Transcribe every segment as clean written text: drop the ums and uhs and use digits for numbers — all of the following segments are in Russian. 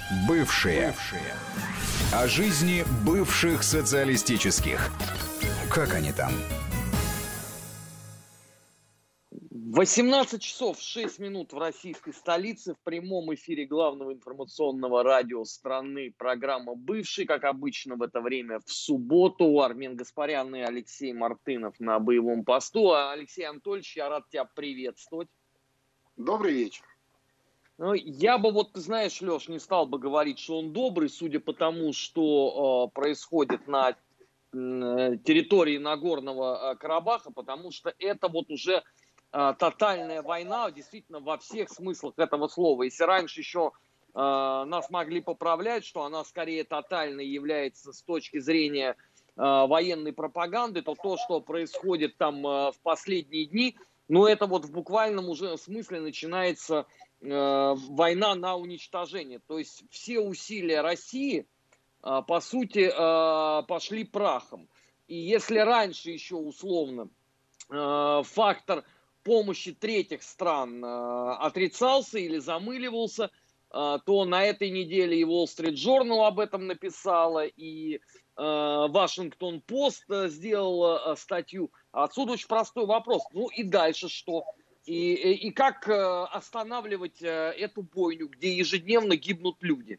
Бывшие. О жизни бывших социалистических. Как они там? 18 часов 6 минут в российской столице. В прямом эфире главного информационного радио страны программа «Бывший». Как обычно в это время в субботу. Армен Гаспарян и Алексей Мартынов на боевом посту. Алексей Анатольевич, я рад тебя приветствовать. Добрый вечер. Ну, я бы, ты знаешь, Леш, не стал бы говорить, что он добрый, судя по тому, что происходит на территории Нагорного Карабаха, потому что это уже тотальная война, действительно, во всех смыслах этого слова. Если раньше еще нас могли поправлять, что она скорее тотальной является с точки зрения военной пропаганды, то, что происходит там в последние дни, это в буквальном уже смысле начинается война на уничтожение. То есть все усилия России, по сути, пошли прахом. И если раньше еще условно фактор помощи третьих стран отрицался или замыливался, то на этой неделе и Wall Street Journal об этом написала, и Washington Post сделала статью. Отсюда очень простой вопрос. И дальше что? И как останавливать эту бойню, где ежедневно гибнут люди?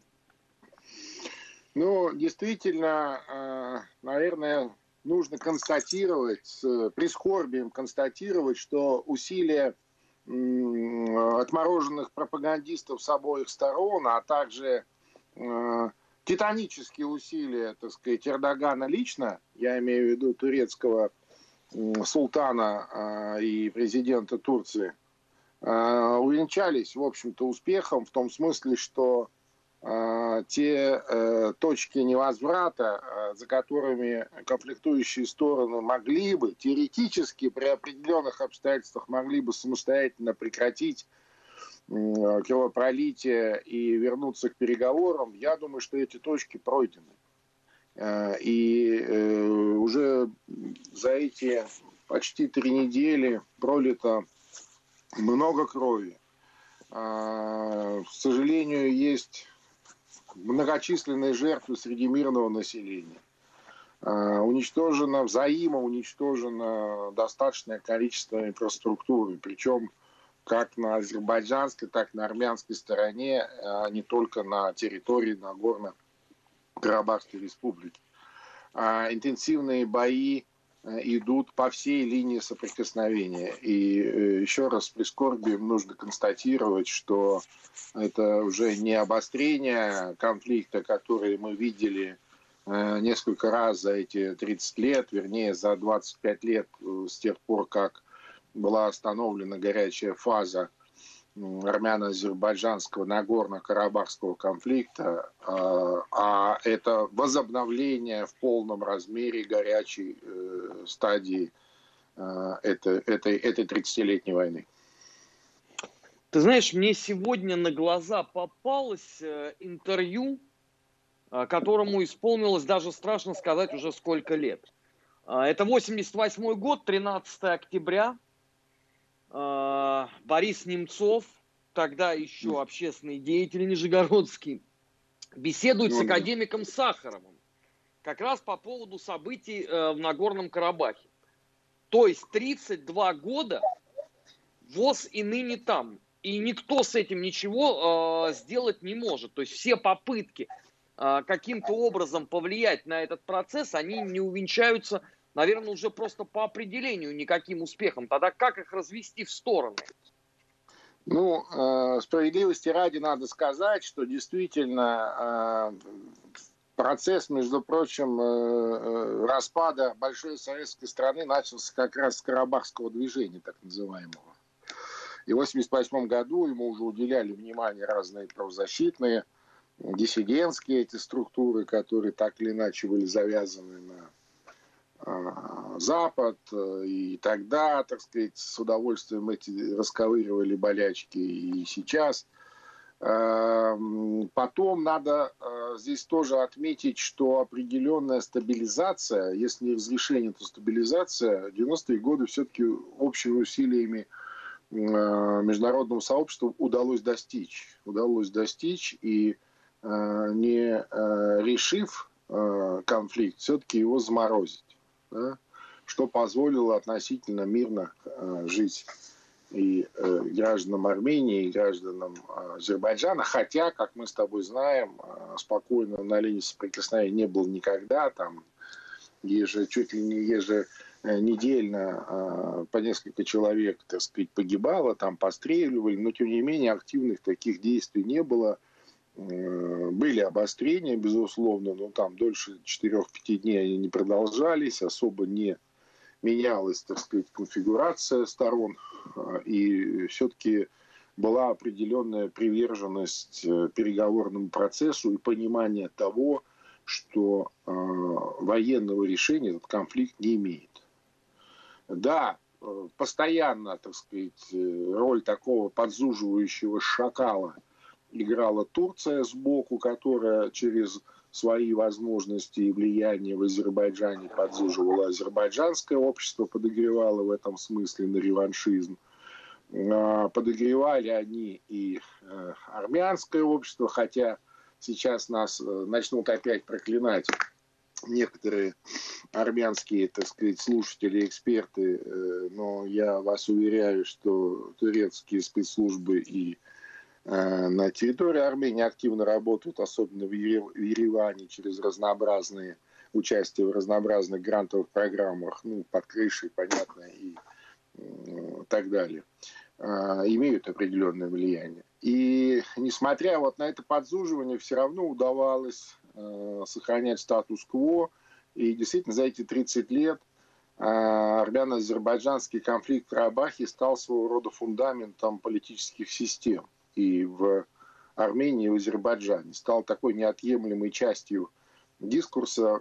Действительно, наверное, нужно констатировать, с прискорбием констатировать, что усилия отмороженных пропагандистов с обоих сторон, а также титанические усилия, Эрдогана лично, я имею в виду турецкого султана и президента Турции, увенчались, в общем-то, успехом в том смысле, что те точки невозврата, за которыми конфликтующие стороны могли бы, теоретически при определенных обстоятельствах могли бы самостоятельно прекратить кровопролитие и вернуться к переговорам, я думаю, что эти точки пройдены. И уже за эти почти 3 недели пролито много крови. К сожалению, есть многочисленные жертвы среди мирного населения. Взаимоуничтожено достаточное количество инфраструктуры, причем как на азербайджанской, так и на армянской стороне, а не только на территории Нагорно-Карабахской республики. Интенсивные бои идут по всей линии соприкосновения. И еще раз с прискорбием нужно констатировать, что это уже не обострение конфликта, который мы видели несколько раз за эти 30 лет, вернее, за 25 лет с тех пор, как была остановлена горячая фаза армяно-азербайджанского Нагорно-Карабахского конфликта, а это возобновление в полном размере горячей стадии этой 30-летней войны. Ты знаешь, мне сегодня на глаза попалось интервью, которому исполнилось, даже страшно сказать, уже сколько лет. Это 88 год, 13 октября. Борис Немцов, тогда еще общественный деятель нижегородский, беседует с академиком Сахаровым как раз по поводу событий в Нагорном Карабахе. То есть 32 года ВОС и ныне там. И никто с этим ничего сделать не может. То есть все попытки каким-то образом повлиять на этот процесс, они не увенчаются, наверное, уже просто по определению никаким успехом. Тогда как их развести в стороны? Справедливости ради надо сказать, что действительно процесс, между прочим, распада большой советской страны начался как раз с Карабахского движения, так называемого. И в 1988 году ему уже уделяли внимание разные правозащитные, диссидентские эти структуры, которые так или иначе были завязаны на Запад, и тогда, с удовольствием эти расковыривали болячки и сейчас. Потом надо здесь тоже отметить, что определенная стабилизация, если не разрешение, то стабилизация, 90-е годы все-таки общими усилиями международному сообществу удалось достичь. И не решив конфликт, все-таки его заморозить, да? Что позволило относительно мирно жить и гражданам Армении, и гражданам Азербайджана, хотя, как мы с тобой знаем, спокойно на линии соприкосновения не было никогда, там чуть ли не еженедельно по несколько человек, так сказать, погибало, там постреливали, но тем не менее активных таких действий не было. Были обострения, безусловно, но там дольше 4-5 дней они не продолжались, особо не менялась, так сказать, конфигурация сторон, и все-таки была определенная приверженность переговорному процессу и понимание того, что военного решения этот конфликт не имеет. Да, постоянно, так сказать, роль такого подзуживающего шакала играла Турция сбоку, которая через свои возможности и влияние в Азербайджане подзуживала азербайджанское общество, подогревало в этом смысле на реваншизм. Подогревали они и армянское общество, хотя сейчас нас начнут опять проклинать некоторые армянские, так сказать, слушатели, эксперты, но я вас уверяю, что турецкие спецслужбы и на территории Армении активно работают, особенно в Ереване, через разнообразные участия в разнообразных грантовых программах, ну, под крышей, понятно, и так далее, имеют определенное влияние. И несмотря вот на это подзуживание, все равно удавалось сохранять статус-кво. И действительно за эти 30 лет армяно-азербайджанский конфликт в Карабахе стал своего рода фундаментом политических систем. И в Армении, и в Азербайджане стал такой неотъемлемой частью дискурса,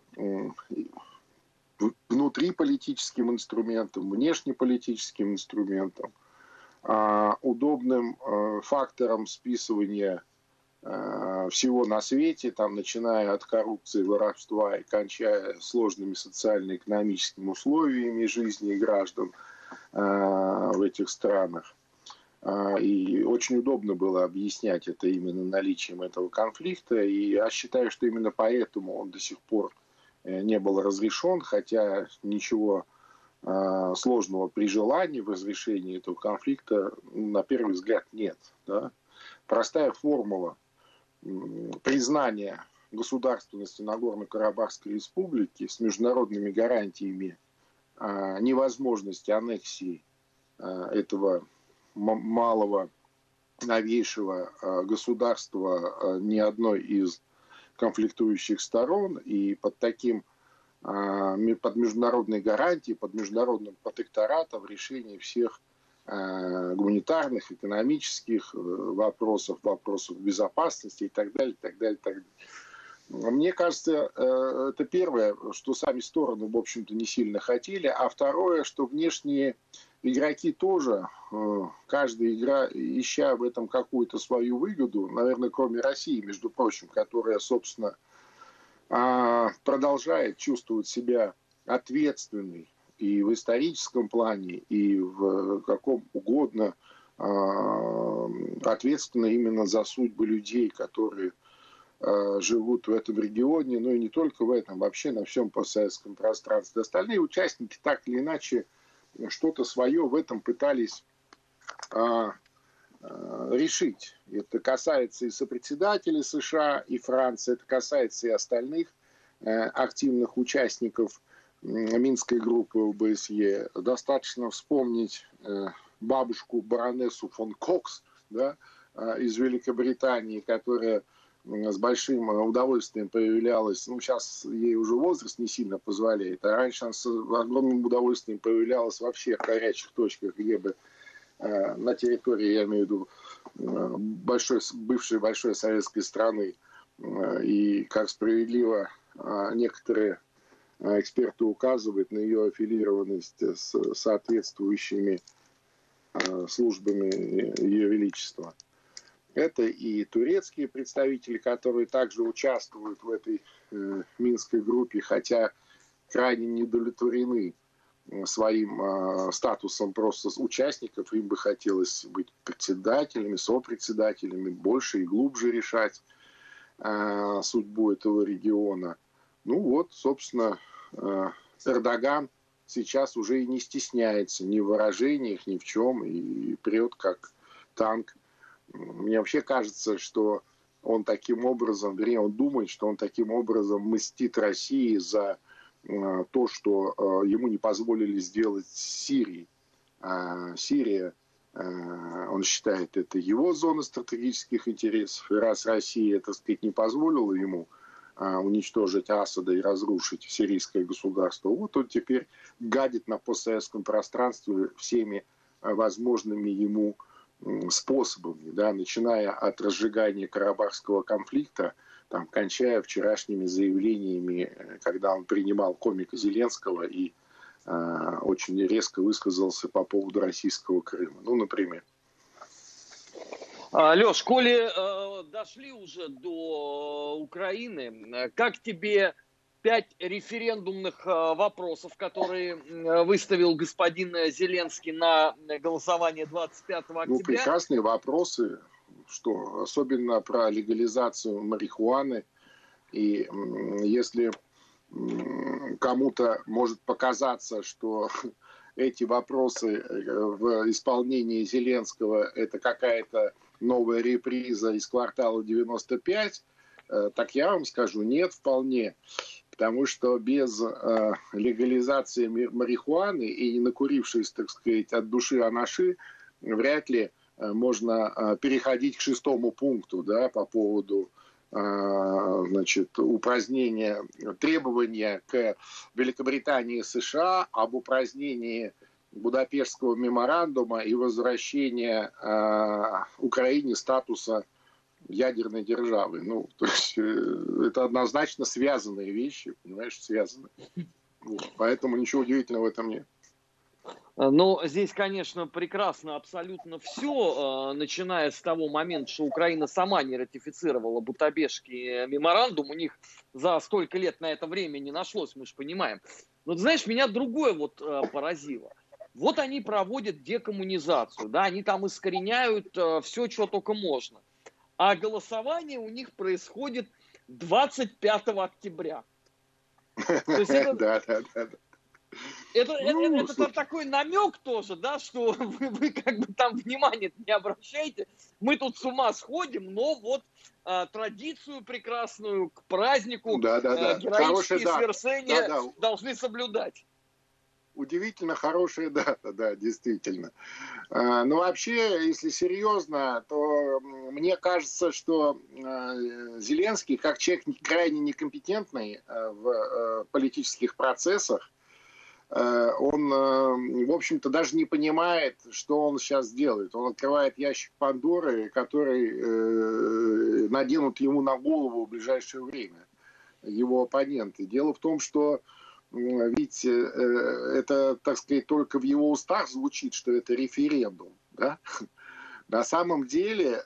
внутриполитическим инструментом, внешнеполитическим инструментом, удобным фактором списывания всего на свете, там, начиная от коррупции, воровства и кончая сложными социально-экономическими условиями жизни граждан в этих странах. И очень удобно было объяснять это именно наличием этого конфликта. И я считаю, что именно поэтому он до сих пор не был разрешен, хотя ничего сложного при желании в разрешении этого конфликта, на первый взгляд, нет. Да? Простая формула признания государственности Нагорно-Карабахской республики с международными гарантиями невозможности аннексии этого малого, новейшего государства ни одной из конфликтующих сторон, и под таким, под международной гарантией, под международным протекторатом решение всех гуманитарных, экономических вопросов, вопросов безопасности и так далее, так далее, так далее. Мне кажется, это первое, что сами стороны, в общем-то, не сильно хотели, а второе, что внешние игроки тоже, каждая игра, ища в этом какую-то свою выгоду, наверное, кроме России, между прочим, которая, собственно, продолжает чувствовать себя ответственной и в историческом плане, и в каком угодно ответственной именно за судьбы людей, которые живут в этом регионе, но и не только в этом, вообще на всем постсоветском пространстве. Остальные участники так или иначе что-то свое в этом пытались решить. Это касается и сопредседателей США и Франции, это касается и остальных активных участников Минской группы ОБСЕ. Достаточно вспомнить бабушку баронессу фон Кокс, да, из Великобритании, которая с большим удовольствием появлялась, ну, сейчас ей уже возраст не сильно позволяет, а раньше она с огромным удовольствием появлялась во всех горячих точках, где бы на территории, я имею в виду, бывшей большой советской страны. И, как справедливо некоторые эксперты указывают на ее аффилированность с соответствующими службами Ее Величества. Это и турецкие представители, которые также участвуют в этой Минской группе, хотя крайне не удовлетворены своим статусом просто участников. Им бы хотелось быть председателями, сопредседателями, больше и глубже решать судьбу этого региона. Ну вот, собственно, Эрдоган сейчас уже и не стесняется ни в выражениях, ни в чем, и прет как танк. Мне вообще кажется, что он таким образом, вернее, он думает, что он таким образом мстит России за то, что ему не позволили сделать с Сирией. Сирия, он считает, это его зона стратегических интересов. И раз Россия, так сказать, не позволила ему уничтожить Асада и разрушить сирийское государство, вот он теперь гадит на постсоветском пространстве всеми возможными ему способами, да, начиная от разжигания Карабахского конфликта, там, кончая вчерашними заявлениями, когда он принимал комика Зеленского и очень резко высказался по поводу российского Крыма. Ну, например. Леш, коли дошли уже до Украины, как тебе 5 референдумных вопросов, которые выставил господин Зеленский на голосование 25 октября? Ну, прекрасные вопросы, что особенно про легализацию марихуаны. И если кому-то может показаться, что эти вопросы в исполнении Зеленского это какая-то новая реприза из квартала 95, так я вам скажу, нет, вполне. Потому что без легализации марихуаны и не накурившись, так сказать, от души анаши, вряд ли можно переходить к 6-му пункту, да, по поводу значит, упразднения требования к Великобритании и США об упразднении Будапештского меморандума и возвращения Украине статуса ядерной державы. Ну, то есть это однозначно связанные вещи, понимаешь, связаны. Вот. Поэтому ничего удивительного в этом нет. Ну, здесь, конечно, прекрасно абсолютно все, начиная с того момента, что Украина сама не ратифицировала Будапештский меморандум, у них за столько лет на это время не нашлось, мы же понимаем. Но, ты знаешь, меня другое вот поразило. Вот они проводят декоммунизацию, да, они там искореняют все, что только можно. А голосование у них происходит 25 октября. То есть это... Это такой намек тоже, да, что вы как бы там внимания не обращаете. Мы тут с ума сходим, но вот традицию прекрасную к празднику героические свершения должны соблюдать. Удивительно хорошая дата, да, действительно. Но вообще, если серьезно, то мне кажется, что Зеленский, как человек крайне некомпетентный в политических процессах, он, в общем-то, даже не понимает, что он сейчас делает. Он открывает ящик Пандоры, который наденут ему на голову в ближайшее время его оппоненты. Дело в том, что ведь это, так сказать, только в его устах звучит, что это референдум. Да? На самом деле,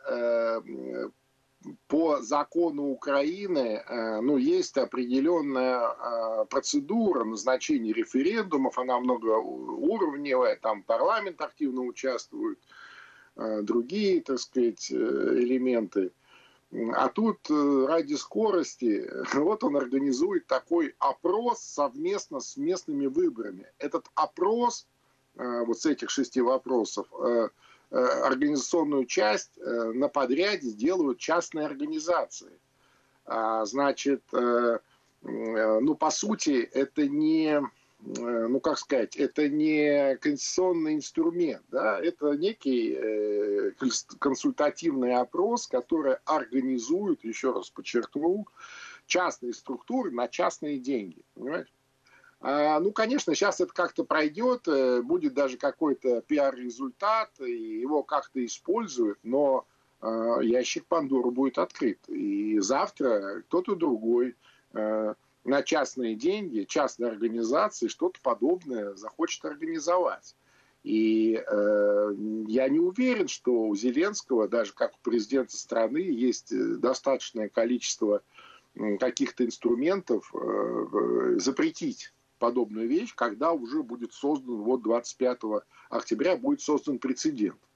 по закону Украины, ну, есть определенная процедура назначения референдумов, она многоуровневая, там парламент активно участвует, другие, так сказать, элементы. А тут ради скорости вот он организует такой опрос совместно с местными выборами. Этот опрос, вот с этих 6 вопросов, организационную часть на подряде делают частные организации. Значит, ну, по сути, это не... ну, как сказать, это не конституционный инструмент, да, это некий консультативный опрос, который организует, еще раз подчеркну, частные структуры на частные деньги, понимаешь? Ну, конечно, сейчас это как-то пройдет, будет даже какой-то пиар-результат, и его как-то используют, но ящик Пандоры будет открыт. И завтра кто-то другой на частные деньги, частные организации что-то подобное захочет организовать. И я не уверен, что у Зеленского, даже как у президента страны, есть достаточное количество каких-то инструментов запретить подобную вещь, когда уже будет создан, вот 25 октября будет создан прецедент.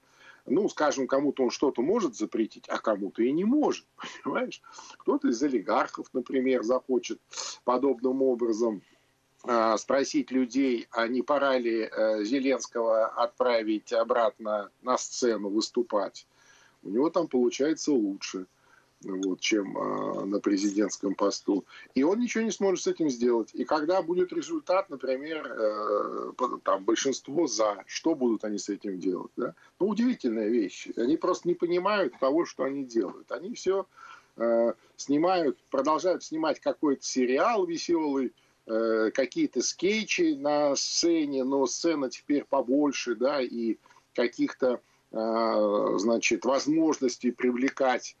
ну, скажем, кому-то он что-то может запретить, а кому-то и не может, понимаешь? Кто-то из олигархов, например, захочет подобным образом спросить людей, а не пора ли Зеленского отправить обратно на сцену выступать. У него там получается лучше, вот, чем на президентском посту. И он ничего не сможет с этим сделать. И когда будет результат, например, там большинство за, что будут они с этим делать? Да? Ну, удивительная вещь. Они просто не понимают того, что они делают. Они все снимают, продолжают снимать какой-то сериал веселый, какие-то скетчи на сцене, но сцена теперь побольше, да, и каких-то, значит, возможностей привлекать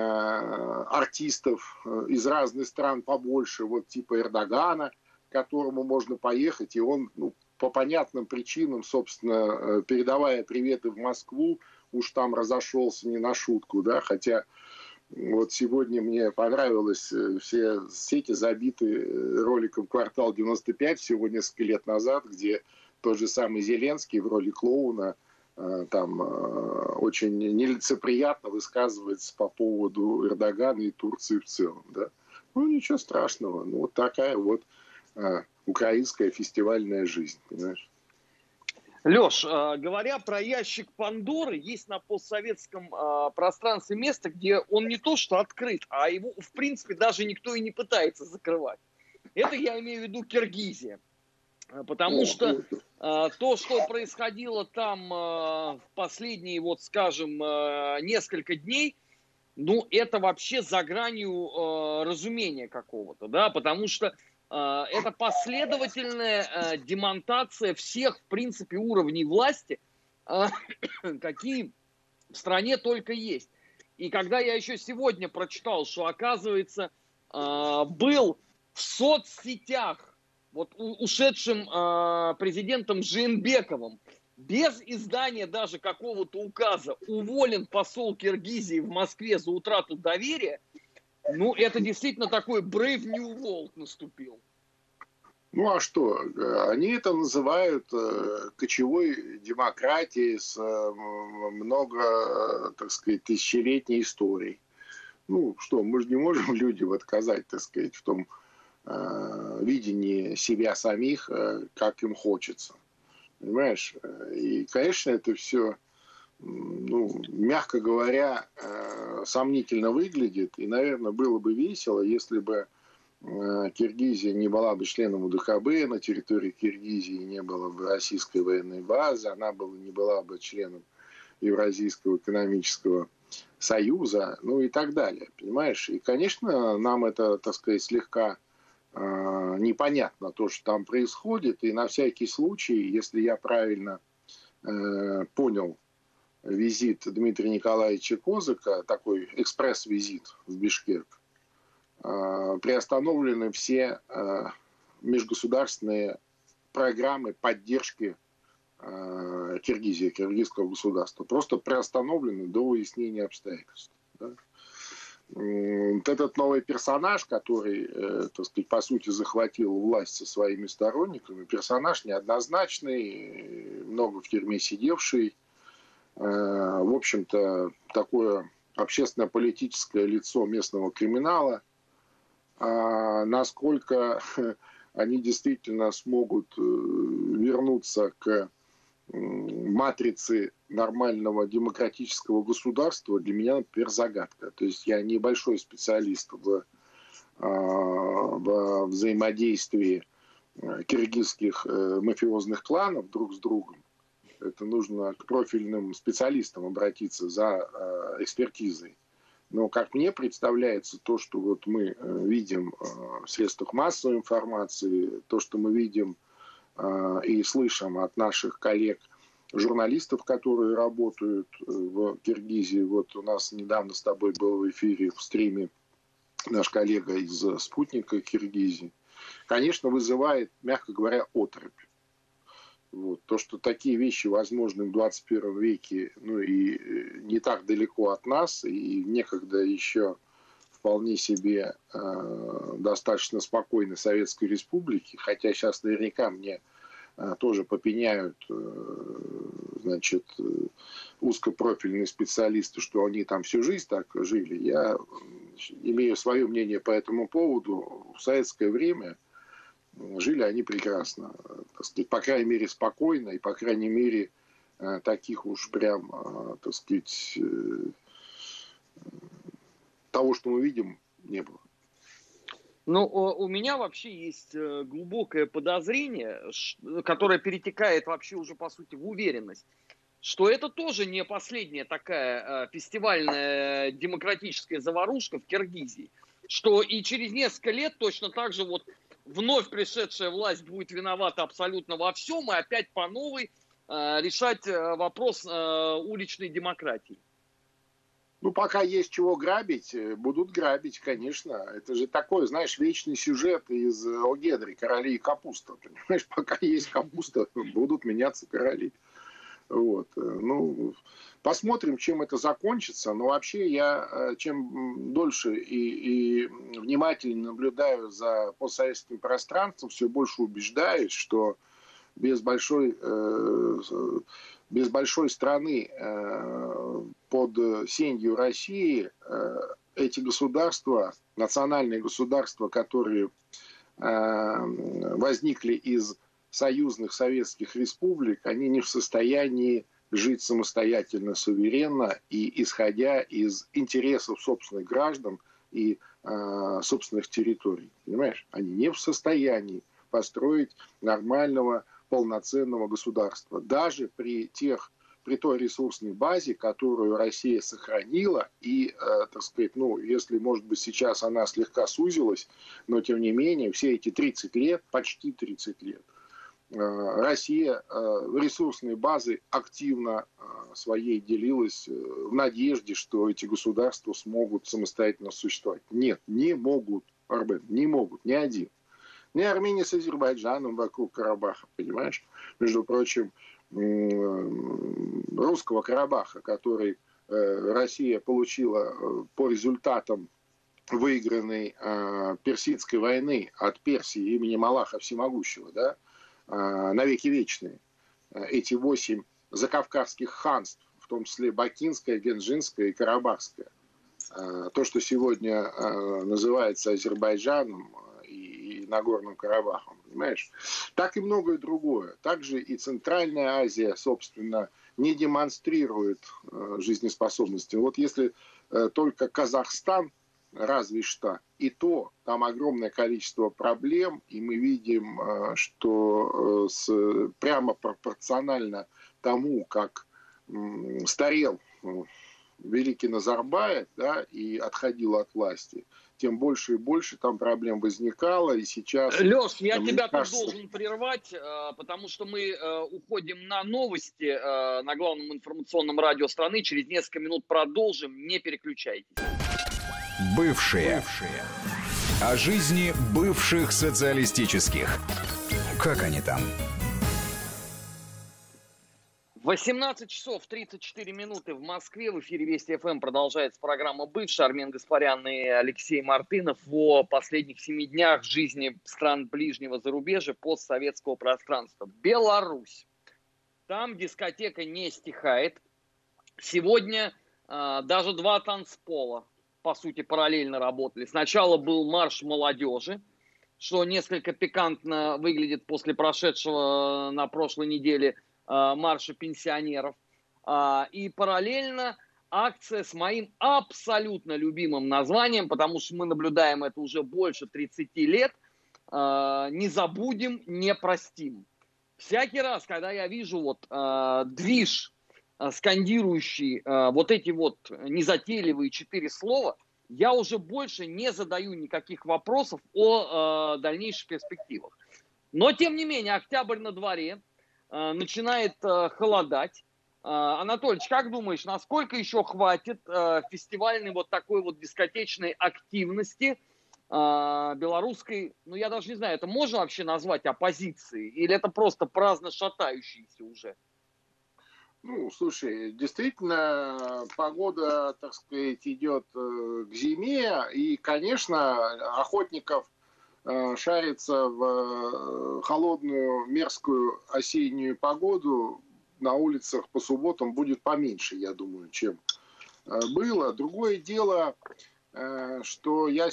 артистов из разных стран побольше, вот типа Эрдогана, к которому можно поехать, и он, ну, по понятным причинам, собственно, передавая приветы в Москву, уж там разошелся не на шутку, да, хотя вот сегодня мне понравилось, все сети забиты роликом «Квартал 95» всего несколько лет назад, где тот же самый Зеленский в роли клоуна там очень нелицеприятно высказывается по поводу Эрдогана и Турции в целом. Да? Ну, ничего страшного. Ну, вот такая вот украинская фестивальная жизнь, понимаешь? Леш, говоря про ящик Пандоры, есть на постсоветском пространстве место, где он не то что открыт, а его, в принципе, даже никто и не пытается закрывать. Это я имею в виду Киргизия. Потому что то, что происходило там в последние, вот скажем, несколько дней, ну, это вообще за гранью разумения какого-то, да, потому что это последовательная демонтация всех, в принципе, уровней власти, какие в стране только есть. И когда я еще сегодня прочитал, что, оказывается, был в соцсетях вот ушедшим президентом Жиенбековым, без издания даже какого-то указа, уволен посол Киргизии в Москве за утрату доверия, ну, это действительно такой Brave New World наступил. Ну, а что? Они это называют кочевой демократией с много, так сказать, тысячелетней историей. Ну, что, мы же не можем людям отказать, так сказать, в том видении себя самих, как им хочется. Понимаешь? И, конечно, это все, ну, мягко говоря, сомнительно выглядит. И, наверное, было бы весело, если бы Киргизия не была бы членом УДКБ, на территории Киргизии не было бы российской военной базы, она не была бы членом Евразийского экономического союза, ну и так далее. Понимаешь? И, конечно, нам это, так сказать, слегка непонятно то, что там происходит. И на всякий случай, если я правильно понял визит Дмитрия Николаевича Козыка, такой экспресс-визит в Бишкек, приостановлены все межгосударственные программы поддержки Киргизии, киргизского государства. Просто приостановлены до выяснения обстоятельств. Да? Вот этот новый персонаж, который, так сказать, по сути захватил власть со своими сторонниками, персонаж неоднозначный, много в тюрьме сидевший, в общем-то, такое общественно-политическое лицо местного криминала. Насколько они действительно смогут вернуться к матрице нормального демократического государства, для меня, например, загадка. То есть я небольшой специалист в взаимодействии киргизских мафиозных кланов друг с другом. Это нужно к профильным специалистам обратиться за экспертизой. Но, как мне представляется, то, что вот мы видим в средствах массовой информации, то, что мы видим и слышим от наших коллег, журналистов, которые работают в Киргизии. Вот у нас недавно с тобой был в эфире, в стриме, наш коллега из «Спутника» Киргизии. Конечно, вызывает, мягко говоря, оторопь. Вот. То, что такие вещи возможны в 21 веке, ну и не так далеко от нас, и некогда еще вполне себе достаточно спокойной Советской Республики, хотя сейчас наверняка мне тоже попеняют, значит, узкопрофильные специалисты, что они там всю жизнь так жили. Я имею свое мнение по этому поводу. В советское время жили они прекрасно, так сказать, по крайней мере спокойно и, по крайней мере, таких уж прям, так сказать, того, что мы видим, не было. Ну, у меня вообще есть глубокое подозрение, которое перетекает вообще уже, по сути, в уверенность, что это тоже не последняя такая фестивальная демократическая заварушка в Киргизии, что и через несколько лет точно так же вот вновь пришедшая власть будет виновата абсолютно во всем и опять по новой решать вопрос уличной демократии. Ну, пока есть чего грабить, будут грабить, конечно. Это же такой, знаешь, вечный сюжет из О Гедре, «Короли и капуста». Понимаешь, пока есть капуста, будут меняться короли. Вот. Ну, посмотрим, чем это закончится. Но вообще я чем дольше и внимательно наблюдаю за постсоветским пространством, все больше убеждаюсь, что без большой страны под сенью России эти государства, национальные государства, которые возникли из союзных советских республик, они не в состоянии жить самостоятельно, суверенно и исходя из интересов собственных граждан и собственных территорий. Понимаешь? Они не в состоянии построить нормального, полноценного государства. Даже при той ресурсной базе, которую Россия сохранила, и, так сказать, ну, если, может быть, сейчас она слегка сузилась, но, тем не менее, все эти 30 лет, почти 30 лет, Россия ресурсной базой активно своей делилась в надежде, что эти государства смогут самостоятельно существовать. Нет, не могут, Армен, не могут, ни один. Ни Армения с Азербайджаном вокруг Карабаха, понимаешь? Между прочим, русского Карабаха, который Россия получила по результатам выигранной Персидской войны от Персии имени Аллаха Всемогущего, да, навеки вечные. Эти 8 закавказских ханств, в том числе Бакинское, Генджинское и Карабахское. То, что сегодня называется Азербайджаном и Нагорным Карабахом, понимаешь? Так и многое другое. Также и Центральная Азия, собственно, не демонстрирует жизнеспособности. Вот если только Казахстан, разве что, и то там огромное количество проблем, и мы видим, что прямо пропорционально тому, как старел великий Назарбаев, да, и отходил от власти, тем больше и больше там проблем возникало, и сейчас... Леш, я тебя тут должен прервать, потому что мы уходим на новости на главном информационном радио страны. Через несколько минут продолжим, не переключайтесь. Бывшие. О жизни бывших социалистических. Как они там? 18 часов 34 минуты в Москве. В эфире Вести ФМ продолжается программа «Бывшие». Армен Гаспарян и Алексей Мартынов о последних 7 днях жизни стран ближнего зарубежья постсоветского пространства. Беларусь. Там дискотека не стихает. Сегодня даже 2 танцпола, по сути, параллельно работали. Сначала был марш молодежи, что несколько пикантно выглядит после прошедшего на прошлой неделе марша пенсионеров. И параллельно акция с моим абсолютно любимым названием, потому что мы наблюдаем это уже больше 30 лет. «Не забудем, не простим». Всякий раз, когда я вижу вот движ, скандирующий вот эти вот незатейливые 4 слова, я уже больше не задаю никаких вопросов о дальнейших перспективах. Но, тем не менее, октябрь на дворе, начинает холодать. Анатольевич, как думаешь, насколько еще хватит фестивальной вот такой вот дискотечной активности белорусской, ну я даже не знаю, это можно вообще назвать оппозицией, или это просто праздно шатающиеся уже? Ну, слушай, действительно, погода, так сказать, идет к зиме, и, конечно, охотников шариться в холодную, мерзкую осеннюю погоду на улицах по субботам будет поменьше, я думаю, чем было. Другое дело, что я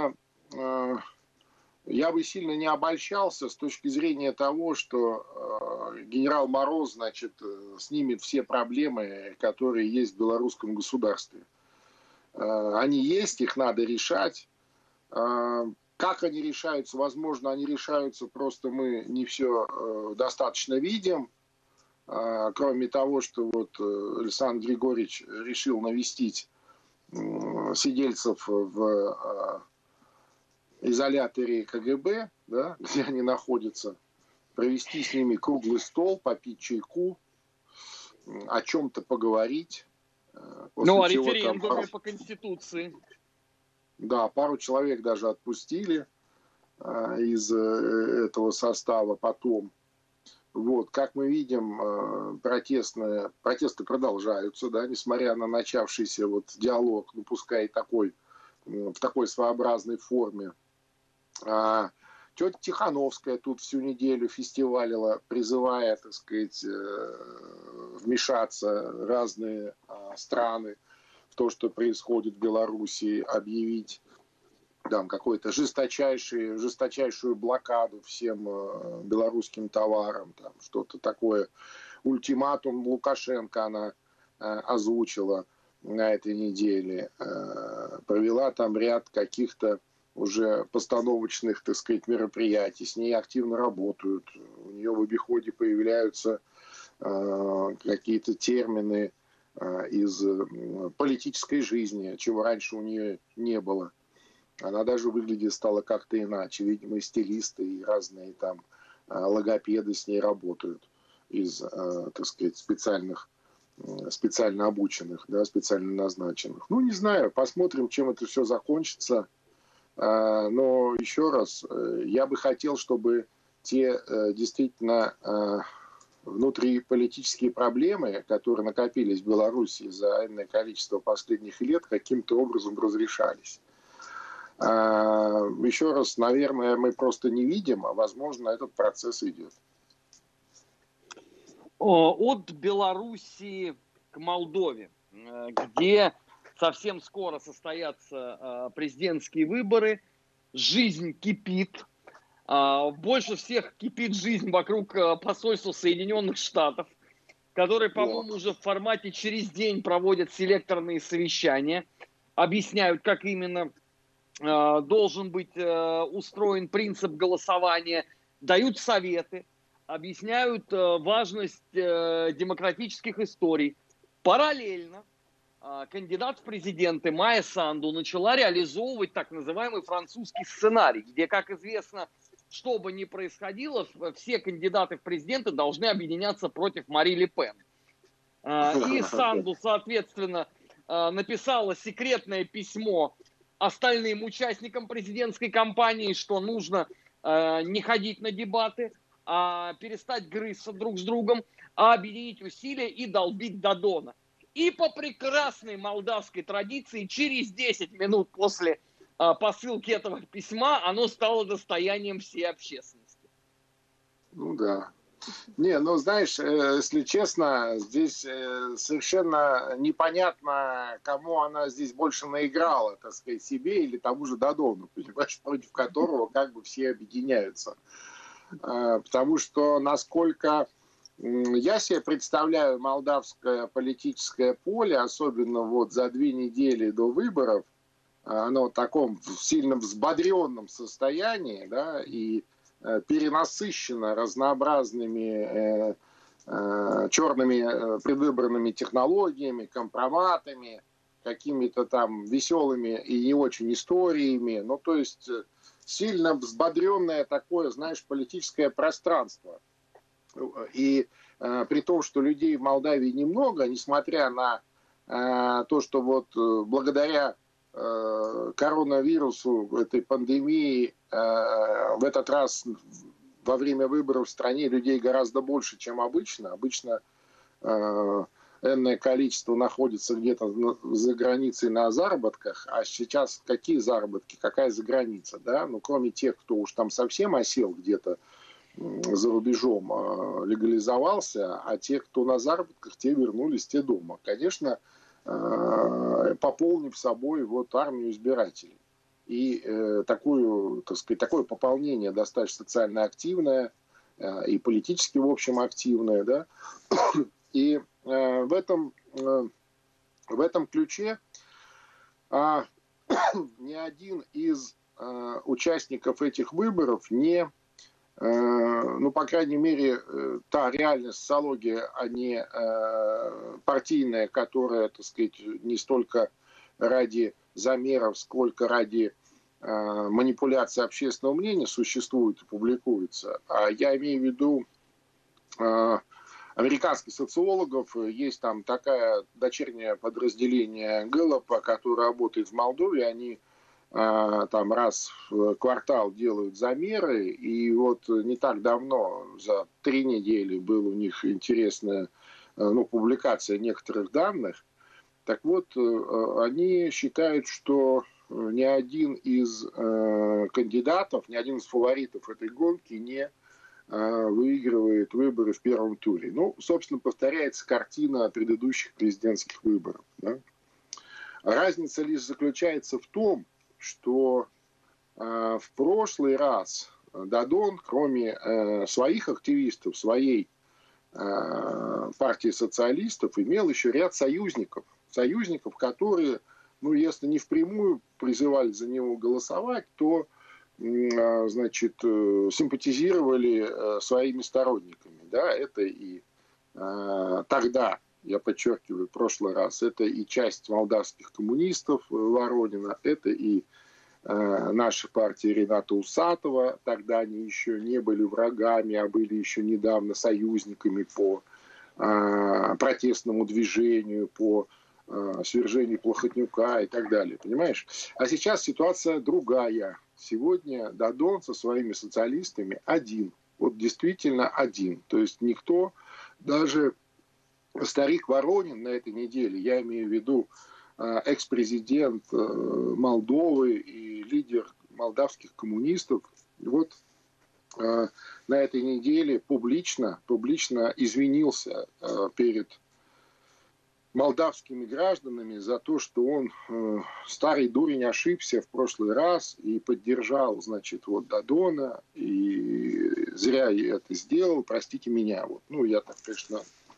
бы сильно не обольщался с точки зрения того, что генерал Мороз, значит, снимет все проблемы, которые есть в белорусском государстве. Они есть, их надо решать. Как они решаются? Возможно, они решаются, просто мы не все достаточно видим. Кроме того, что вот Александр Григорьевич решил навестить сидельцев в изоляторе КГБ, да, где они находятся, провести с ними круглый стол, попить чайку, о чем-то поговорить. О референдуме по Конституции. Да, пару человек даже отпустили из этого состава потом. Вот, как мы видим, протесты продолжаются, да, несмотря на начавшийся вот диалог, ну, пускай в такой своеобразной форме. Тетя Тихановская тут всю неделю фестивалила, призывая, так сказать, вмешаться разные страны в то, что происходит в Белоруссии, объявить там какую-то жесточайшую блокаду всем белорусским товарам, там что-то такое. Ультиматум Лукашенко она озвучила на этой неделе, провела там ряд каких-то уже постановочных, так сказать, мероприятий, с ней активно работают, у нее в обиходе появляются какие-то термины из политической жизни, чего раньше у нее не было. Она даже выглядит стала как-то иначе. Видимо, и стилисты, и разные там логопеды с ней работают из, так сказать, специально обученных, да, специально назначенных. Ну, не знаю, посмотрим, чем это все закончится. Но еще раз, я бы хотел, чтобы те действительно внутриполитические проблемы, которые накопились в Беларуси за энное количество последних лет, каким-то образом разрешались. Еще раз, наверное, мы просто не видим, а возможно, этот процесс идет. От Белоруссии к Молдове, где совсем скоро состоятся президентские выборы, жизнь кипит. Больше всех кипит жизнь вокруг посольства Соединенных Штатов, которые, по-моему, уже в формате через день проводят селекторные совещания, объясняют, как именно должен быть устроен принцип голосования, дают советы, объясняют важность демократических историй. Параллельно кандидат в президенты Майя Санду начала реализовывать так называемый французский сценарий, где, как известно, что бы ни происходило, все кандидаты в президенты должны объединяться против Мари Ле Пен. И Санду, соответственно, написала секретное письмо остальным участникам президентской кампании, что нужно не ходить на дебаты, а перестать грызться друг с другом, а объединить усилия и долбить до дона. И по прекрасной молдавской традиции, через 10 минут после посылки этого письма, оно стало достоянием всей общественности. Ну да. Не, ну знаешь, если честно, здесь совершенно непонятно, кому она здесь больше наиграла, так сказать, себе или тому же Додону, понимаешь, против которого как бы все объединяются. Потому что, насколько я себе представляю молдавское политическое поле, особенно вот за 2 недели до выборов, оно в таком сильно взбодренном состоянии, да, и перенасыщено разнообразными черными предвыборными технологиями, компроматами, какими-то там веселыми и не очень историями. Ну, то есть сильно взбодренное такое, знаешь, политическое пространство. И при том, что людей в Молдавии немного, несмотря на то, что вот благодаря коронавирусу, этой пандемии, в этот раз во время выборов в стране людей гораздо больше, чем обычно. Обычно энное количество находится где-то за границей на заработках, а сейчас какие заработки, какая за граница, да? Ну, кроме тех, кто уж там совсем осел где-то за рубежом, легализовался, а те, кто на заработках, те вернулись, те дома. Конечно, пополнив собой вот армию избирателей. И такое пополнение достаточно социально активное и политически, в общем, активное. Да? И в этом ключе ни один из участников этих выборов не, ну, по крайней мере, та реальная социология, а не партийная, которая, так сказать, не столько ради замеров, сколько ради манипуляции общественного мнения существует и публикуется. А я имею в виду американских социологов. Есть там такая дочернее подразделение Гэллопа, которое работает в Молдове. Они там раз в квартал делают замеры. И вот не так давно, за 3 недели, была у них интересная публикация некоторых данных. Так вот, они считают, что ни один из кандидатов, ни один из фаворитов этой гонки не выигрывает выборы в первом туре. Ну, собственно, повторяется картина предыдущих президентских выборов. Да? Разница лишь заключается в том, что в прошлый раз Дадон, кроме своих активистов, своей партии социалистов, имел еще ряд союзников. Союзников, которые, ну, если не впрямую призывали за него голосовать, то, значит, симпатизировали своими сторонниками. Да? Это и тогда, я подчеркиваю, в прошлый раз, это и часть молдавских коммунистов Воронина, это и наша партия Рената Усатова. Тогда они еще не были врагами, а были еще недавно союзниками по протестному движению, по свержению Плохотнюка и так далее. Понимаешь? А сейчас ситуация другая. Сегодня Дадон со своими социалистами один. Вот действительно один. То есть никто, даже старик Воронин на этой неделе, я имею в виду экс-президент Молдовы и лидер молдавских коммунистов, вот на этой неделе публично извинился перед молдавскими гражданами за то, что он, старый дурень, ошибся в прошлый раз и поддержал, значит, вот Дадона, и зря я это сделал, простите меня. Вот. Ну, я так, конечно,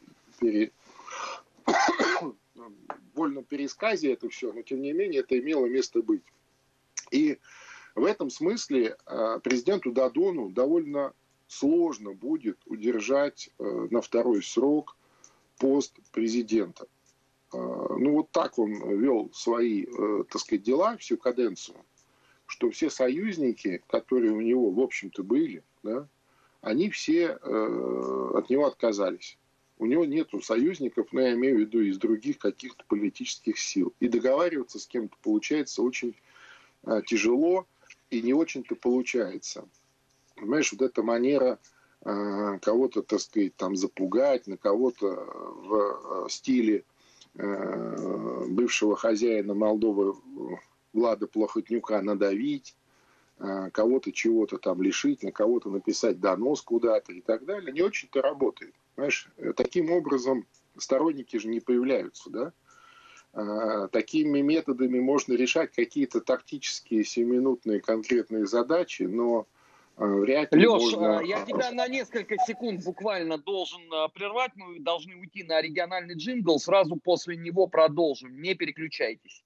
вольно пересказе это все, но тем не менее это имело место быть. И в этом смысле президенту Дадону довольно сложно будет удержать на второй срок пост президента. Ну вот так он вел свои, так сказать, дела всю каденцию, что все союзники, которые у него, в общем-то, были, да, они все от него отказались. У него нет союзников, но я имею в виду из других каких-то политических сил. И договариваться с кем-то получается очень тяжело и не очень-то получается. Понимаешь, вот эта манера кого-то, так сказать, там запугать, на кого-то в стиле бывшего хозяина Молдовы Влада Плохотнюка надавить, кого-то чего-то там лишить, на кого-то написать донос куда-то и так далее, не очень-то работает. Понимаешь? Таким образом сторонники же не появляются, да? Такими методами можно решать какие-то тактические 7-минутные конкретные задачи, но вряд ли Леш, можно... я тебя на несколько секунд буквально должен прервать. Мы должны уйти на региональный джингл. Сразу после него продолжим. Не переключайтесь.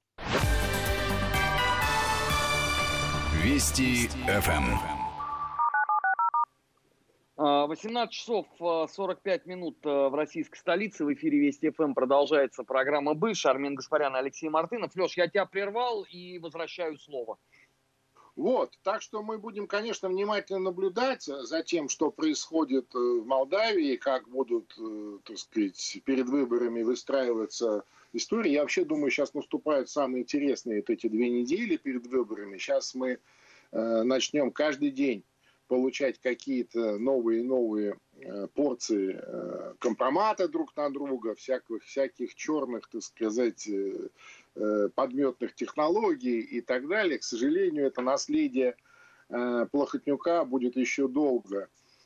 Вести ФМ. 18 часов 45 минут в российской столице. В эфире Вести ФМ продолжается программа «Быш». Армен Гаспарян, Алексей Мартынов. Леш, я тебя прервал и возвращаю слово. Вот, так что мы будем, конечно, внимательно наблюдать за тем, что происходит в Молдавии, как будут, так сказать, перед выборами выстраиваться истории. Я вообще думаю, сейчас наступают самые интересные эти 2 недели перед выборами. Сейчас мы начнем каждый день получать какие-то новые и новые порции компромата друг на друга, всяких черных, так сказать, подметных технологий и так далее. К сожалению, это наследие Плохотнюка будет еще долго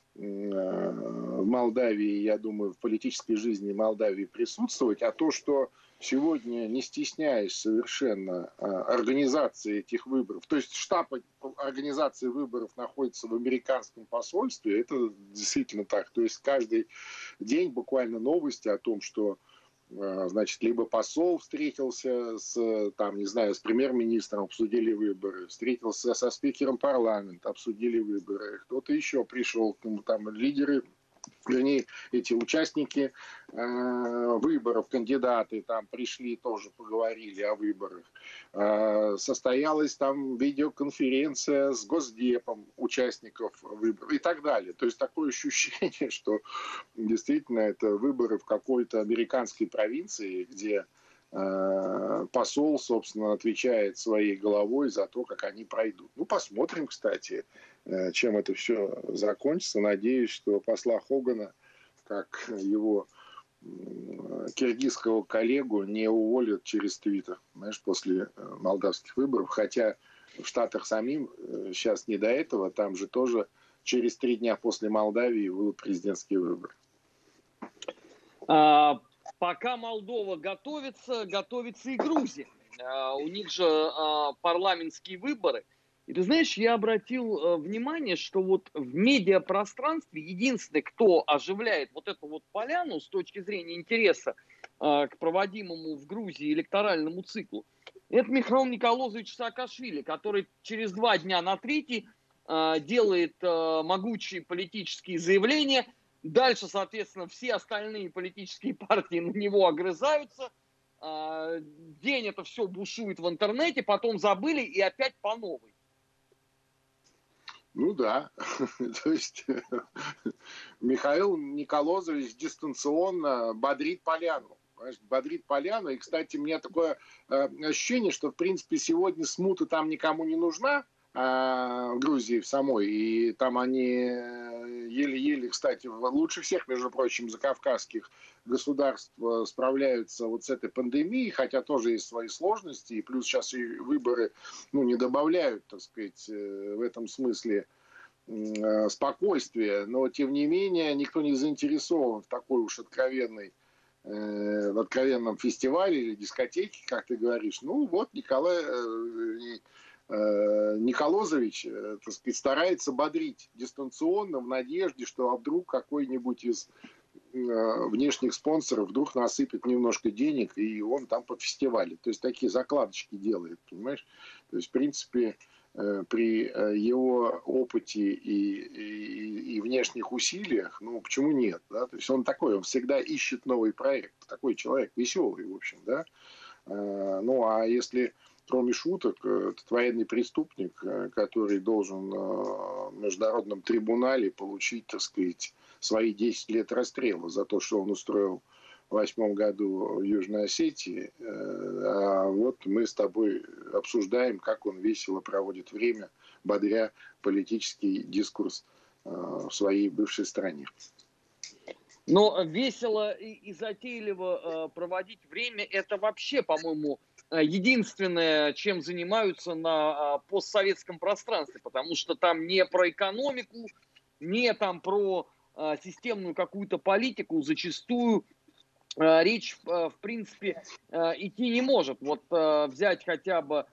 в Молдавии, я думаю, в политической жизни Молдавии присутствовать. А то, что сегодня, не стесняясь совершенно организации этих выборов, то есть штаб организации выборов находится в американском посольстве, это действительно так. То есть каждый день буквально новости о том, что значит, либо посол встретился с, там, не знаю, с премьер-министром, обсудили выборы, встретился со спикером парламента, обсудили выборы, кто-то еще пришел, там, лидеры, вернее, эти участники выборов, кандидаты там пришли, тоже поговорили о выборах. Состоялась там видеоконференция с Госдепом участников выборов и так далее. То есть такое ощущение, что действительно это выборы в какой-то американской провинции, где посол, собственно, отвечает своей головой за то, как они пройдут. Ну, посмотрим, кстати, чем это все закончится. Надеюсь, что посла Хогана, как его киргизского коллегу, не уволят через Твиттер, знаешь, после молдавских выборов. Хотя в Штатах самим сейчас не до этого, там же тоже через 3 дня после Молдавии будут президентские выборы. Пока Молдова готовится и Грузия. У них же парламентские выборы. И ты знаешь, я обратил внимание, что вот в медиапространстве единственный, кто оживляет вот эту вот поляну с точки зрения интереса к проводимому в Грузии электоральному циклу, это Михаил Николозович Саакашвили, который через 2 дня на 3 делает могучие политические заявления. Дальше, соответственно, все остальные политические партии на него огрызаются. День это все бушует в интернете, потом забыли и опять по новой. Ну да, то есть Михаил Николозович дистанционно бодрит поляну. Бодрит поляну. И, кстати, у меня такое ощущение, что, в принципе, сегодня смута там никому не нужна, в Грузии в самой. И там они еле-еле, кстати, лучше всех, между прочим, закавказских государств справляются вот с этой пандемией, хотя тоже есть свои сложности. И плюс сейчас и выборы, не добавляют, так сказать, в этом смысле спокойствия. Но, тем не менее, никто не заинтересован в такой уж откровенном фестивале или дискотеке, как ты говоришь. Ну вот Николозович, так сказать, старается бодрить дистанционно в надежде, что вдруг какой-нибудь из внешних спонсоров вдруг насыпет немножко денег, и он там по фестивалю. То есть такие закладочки делает, понимаешь? То есть, в принципе, при его опыте и внешних усилиях, почему нет? Да? То есть он такой, он всегда ищет новый проект. Такой человек веселый, в общем, да? А если... Кроме шуток, этот военный преступник, который должен в международном трибунале получить, так сказать, свои 10 лет расстрела за то, что он устроил в 2008 году в Южной Осетии. А вот мы с тобой обсуждаем, как он весело проводит время, бодря политический дискурс в своей бывшей стране. Но весело и затейливо проводить время, это вообще, по-моему, единственное, чем занимаются на постсоветском пространстве, потому что там не про экономику, не там про системную какую-то политику зачастую речь, в принципе, идти не может. Вот взять хотя бы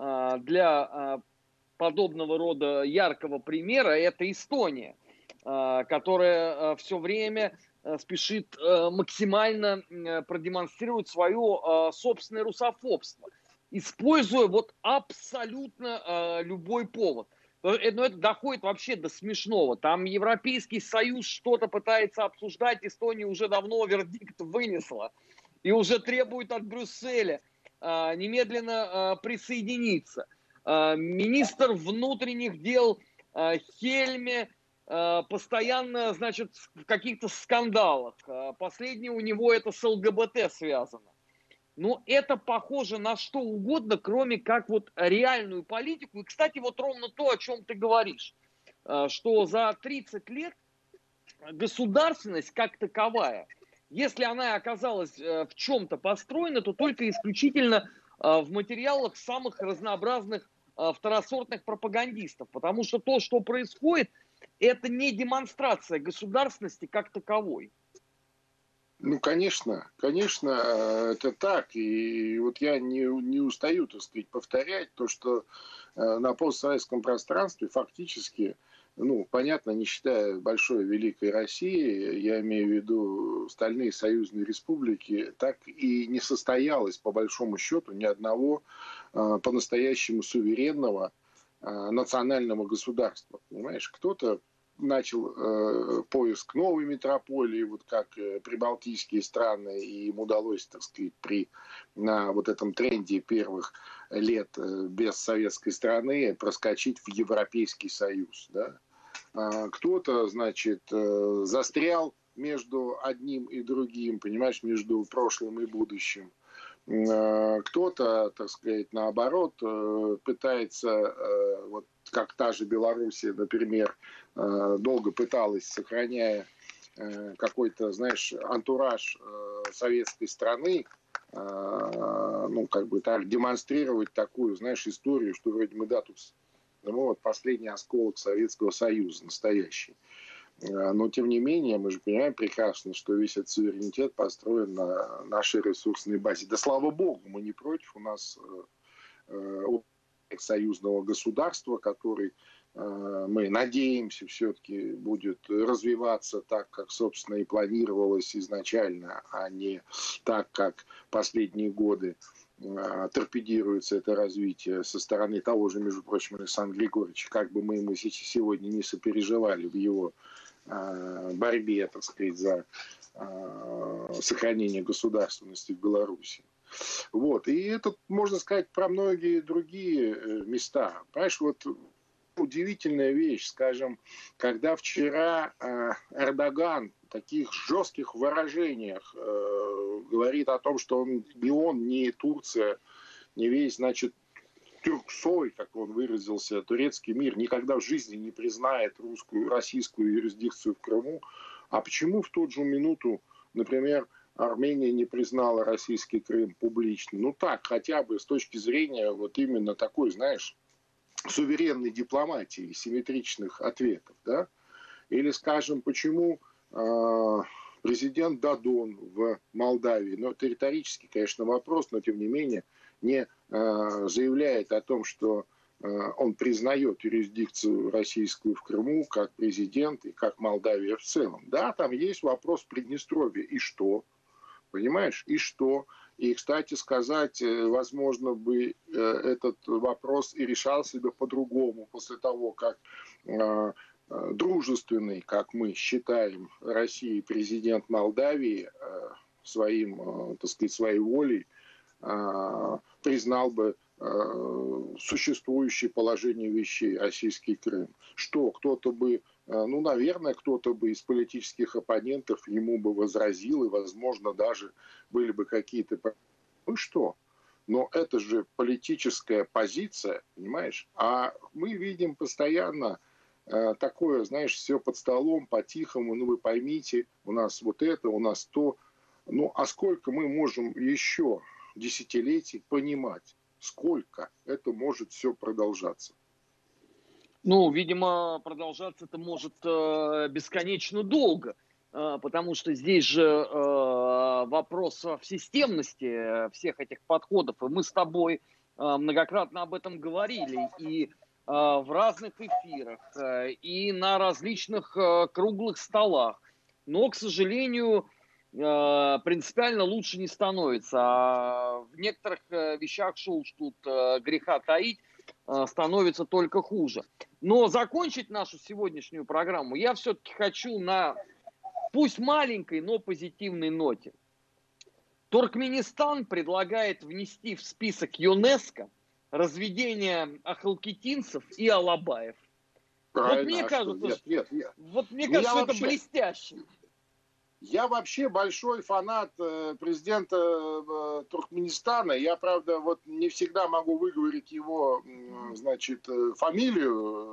для подобного рода яркого примера, это Эстония, которая все время спешит максимально продемонстрировать свое собственное русофобство, используя вот абсолютно любой повод. Но это доходит вообще до смешного. Там Европейский Союз что-то пытается обсуждать, Эстония уже давно вердикт вынесла и уже требует от Брюсселя немедленно присоединиться. Министр внутренних дел Хельме постоянно, значит, в каких-то скандалах. Последнее у него это с ЛГБТ связано. Но это похоже на что угодно, кроме как вот реальную политику. И, кстати, вот ровно то, о чем ты говоришь. что за 30 лет государственность как таковая, если она оказалась в чем-то построена, то только исключительно в материалах самых разнообразных второсортных пропагандистов. Потому что то, что происходит, это не демонстрация государственности как таковой. Ну, конечно, это так. И вот я не устаю, так сказать, повторять то, что на постсоветском пространстве фактически, ну, понятно, не считая большой великой России, я имею в виду остальные союзные республики, так и не состоялось, по большому счету, ни одного по-настоящему суверенного национального государства. Понимаешь, кто-то начал поиск новой метрополии, вот как прибалтийские страны, и им удалось, так сказать, на вот этом тренде первых лет без советской страны проскочить в Европейский Союз. Да? Кто-то, значит, застрял между одним и другим, понимаешь, между прошлым и будущим. Кто-то, так сказать, наоборот, пытается, вот как та же Белоруссия, например, долго пыталась, сохраняя какой-то, знаешь, антураж советской страны, ну, как бы так, демонстрировать такую, знаешь, историю, что вроде мы, да, тут, ну, вот последний осколок Советского Союза, настоящий. Но, тем не менее, мы же понимаем прекрасно, что весь этот суверенитет построен на нашей ресурсной базе. Да слава богу, мы не против. У нас союзного государства, который, мы надеемся, все-таки будет развиваться так, как, собственно, и планировалось изначально, а не так, как последние годы торпедируется это развитие со стороны того же, между прочим, Александра Григорьевича, как бы мы ему сегодня не сопереживали в его борьбе, так сказать, за сохранение государственности в Беларуси. Вот. И это, можно сказать, про многие другие места. Понимаешь, вот удивительная вещь, скажем, когда вчера Эрдоган в таких жестких выражениях говорит о том, что он, ни Турция, не весь, значит, Тюрксой, как он выразился, турецкий мир никогда в жизни не признает российскую юрисдикцию в Крыму. А почему в ту же минуту, например, Армения не признала российский Крым публично? Ну так, хотя бы с точки зрения вот именно такой, знаешь, суверенной дипломатии, симметричных ответов, да? Или, скажем, почему президент Додон в Молдавии, ну, это риторический, конечно, вопрос, но тем не менее, не заявляет о том, что он признает юрисдикцию российскую в Крыму как президент и как Молдавия в целом. Да, там есть вопрос Приднестровья. И что? Понимаешь? И что? И, кстати сказать, возможно бы этот вопрос и решался бы по-другому после того, как дружественный, как мы считаем, России президент Молдавии своим, так сказать, своей волей признал бы существующее положение вещей российский Крым. Что, кто-то бы, ну, наверное, кто-то бы из политических оппонентов ему бы возразил, и, возможно, даже были бы какие-то... Ну что? Но это же политическая позиция, понимаешь? А мы видим постоянно такое, знаешь, все под столом, по-тихому, ну, вы поймите, у нас вот это, у нас то. Ну, а сколько мы можем еще десятилетий понимать, сколько это может все продолжаться? Ну, видимо, продолжаться это может бесконечно долго, потому что здесь же вопрос в системности всех этих подходов, и мы с тобой многократно об этом говорили, и в разных эфирах, и на различных круглых столах. Но, к сожалению, принципиально лучше не становится. А в некоторых вещах, что уж тут греха таить, становится только хуже. Но закончить нашу сегодняшнюю программу я все-таки хочу на, пусть маленькой, но позитивной ноте. Туркменистан предлагает внести в список ЮНЕСКО разведение ахалкитинцев и алабаев. Правильно, вот мне кажется, нет. Вот мне кажется, это блестяще. Я вообще большой фанат президента Туркменистана. Я, правда, вот не всегда могу выговорить его, значит, фамилию.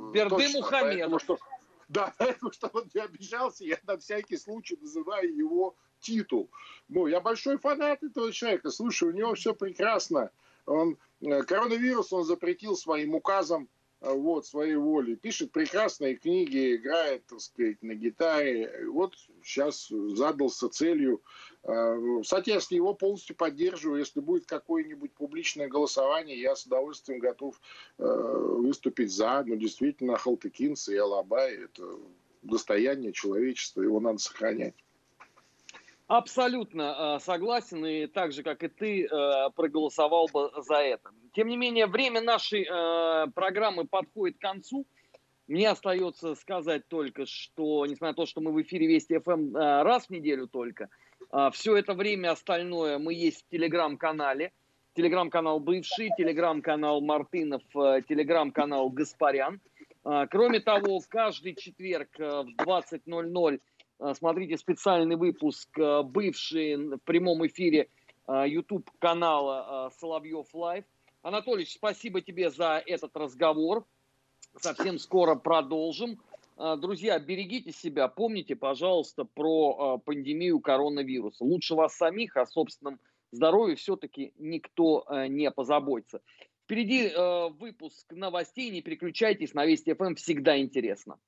Бердымухамедов. Поэтому, чтобы он не обижался, я на всякий случай называю его титул. Я большой фанат этого человека. Слушай, у него все прекрасно. Коронавирус он запретил своим указом, своей волей. Пишет прекрасные книги, играет, так сказать, на гитаре. Сейчас задался целью. Кстати, я его полностью поддерживаю. Если будет какое-нибудь публичное голосование, я с удовольствием готов выступить за. Но действительно, халтыкинцы и Алабай – это достояние человечества. Его надо сохранять. Абсолютно согласен, и так же, как и ты, проголосовал бы за это. Тем не менее, время нашей программы подходит к концу. Мне остается сказать только, что, несмотря на то, что мы в эфире Вести ФМ раз в неделю только, все это время остальное мы есть в Телеграм-канале. Телеграм-канал «Бывший», Телеграм-канал «Мартынов», Телеграм-канал «Гаспарян». Кроме того, каждый четверг в 20:00 смотрите специальный выпуск «Бывший» в прямом эфире YouTube-канала «Соловьев Лайв». Анатолий, спасибо тебе за этот разговор. Совсем скоро продолжим. Друзья, берегите себя. Помните, пожалуйста, про пандемию коронавируса. Лучше вас самих, о собственном здоровье все-таки никто не позаботится. Впереди выпуск новостей. Не переключайтесь, на Вести ФМ всегда интересно.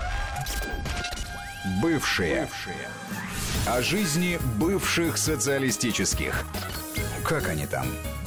Бывшие. О жизни бывших социалистических. Как они там?